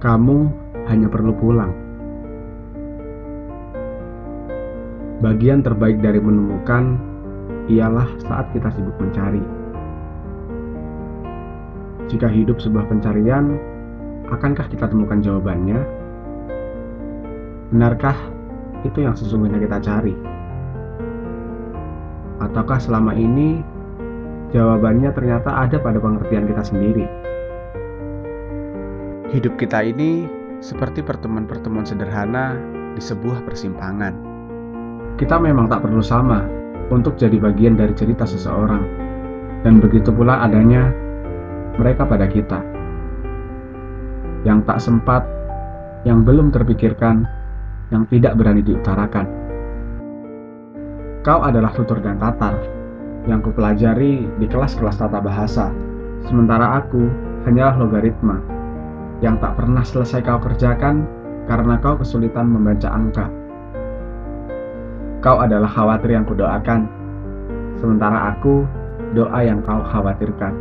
Kamu hanya perlu pulang. Bagian terbaik dari menemukan ialah saat kita sibuk mencari. Jika hidup sebuah pencarian, akankah kita temukan jawabannya? Benarkah itu yang sesungguhnya kita cari? Ataukah selama ini jawabannya ternyata ada pada pengertian kita sendiri? Hidup kita ini seperti pertemuan-pertemuan sederhana di sebuah persimpangan. Kita memang tak perlu sama untuk jadi bagian dari cerita seseorang, dan begitu pula adanya mereka pada kita. Yang tak sempat, yang belum terpikirkan, yang tidak berani diutarakan. Kau adalah tutur dan tatar yang kupelajari di kelas-kelas tata bahasa, sementara aku hanyalah logaritma yang tak pernah selesai kau kerjakan karena kau kesulitan membaca angka. Kau adalah khawatir yang kudoakan, sementara aku doa yang kau khawatirkan.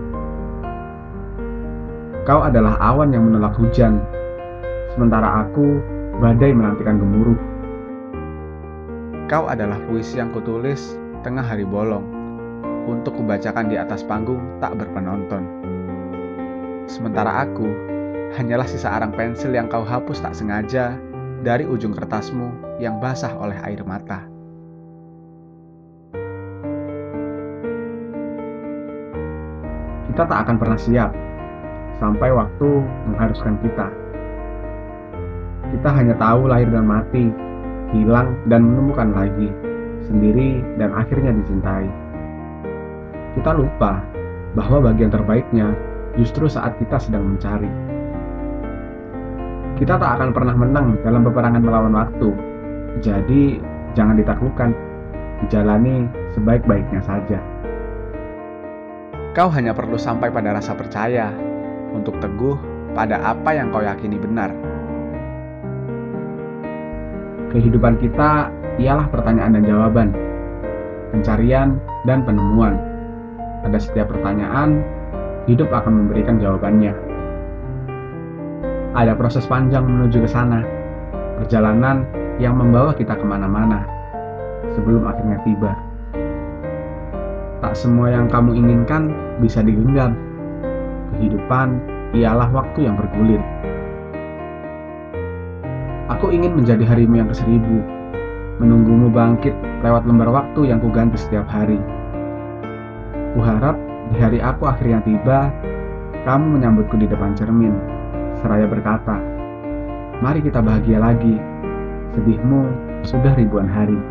Kau adalah awan yang menolak hujan, sementara aku badai menantikan gemuruh. Kau adalah puisi yang kutulis tengah hari bolong, untuk kubacakan di atas panggung tak berpenonton. Sementara aku hanyalah sisa arang pensil yang kau hapus tak sengaja dari ujung kertasmu yang basah oleh air mata. Kita tak akan pernah siap sampai waktu mengharuskan kita. Kita hanya tahu lahir dan mati, hilang dan menemukan lagi, sendiri dan akhirnya dicintai. Kita lupa bahwa bagian terbaiknya justru saat kita sedang mencari. Kita tak akan pernah menang dalam peperangan melawan waktu, jadi jangan ditaklukkan, jalani sebaik-baiknya saja. Kau hanya perlu sampai pada rasa percaya untuk teguh pada apa yang kau yakini benar. Kehidupan kita ialah pertanyaan dan jawaban, pencarian dan penemuan. Pada setiap pertanyaan, hidup akan memberikan jawabannya. Ada proses panjang menuju ke sana, perjalanan yang membawa kita kemana-mana sebelum akhirnya tiba. Tak semua yang kamu inginkan bisa digenggam. Kehidupan ialah waktu yang bergulir. Aku ingin menjadi harimu yang ke-1000, menunggumu bangkit lewat lembar waktu yang kuganti setiap hari. Kuharap di hari aku akhirnya tiba, kamu menyambutku di depan cermin, seraya berkata, "Mari kita bahagia lagi, sedihmu sudah ribuan hari."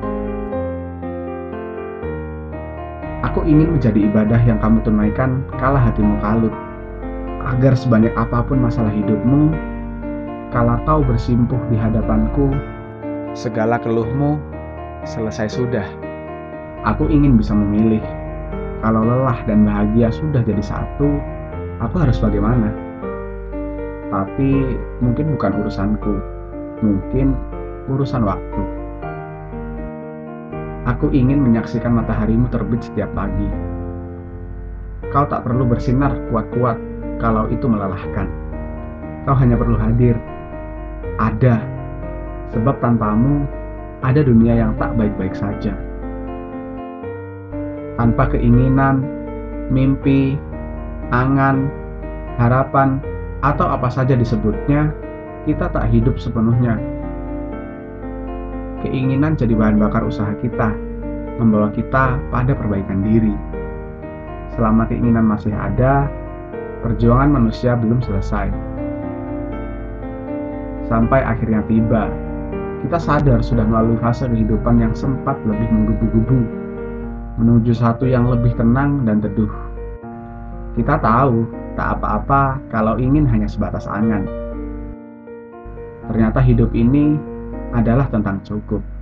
Aku ingin menjadi ibadah yang kamu tunaikan kala hatimu kalut, agar sebanyak apapun masalah hidupmu, kala kau bersimpuh di hadapanku, segala keluhmu selesai sudah. Aku ingin bisa memilih, kalau lelah dan bahagia sudah jadi satu, aku harus bagaimana? Tapi mungkin bukan urusanku, mungkin urusan waktu. Aku ingin menyaksikan mataharimu terbit setiap pagi. Kau tak perlu bersinar kuat-kuat kalau itu melelahkan. Kau hanya perlu hadir, ada, sebab tanpamu ada dunia yang tak baik-baik saja. Tanpa keinginan, mimpi, angan, harapan, atau apa saja disebutnya, kita tak hidup sepenuhnya. Keinginan jadi bahan bakar usaha kita, membawa kita pada perbaikan diri. Selama keinginan masih ada, perjuangan manusia belum selesai. Sampai akhirnya tiba, kita sadar sudah melalui fase kehidupan yang sempat lebih menggebu-gebu, menuju satu yang lebih tenang dan teduh. Kita tahu tak apa-apa kalau ingin hanya sebatas angan. Ternyata hidup ini adalah tentang cukup.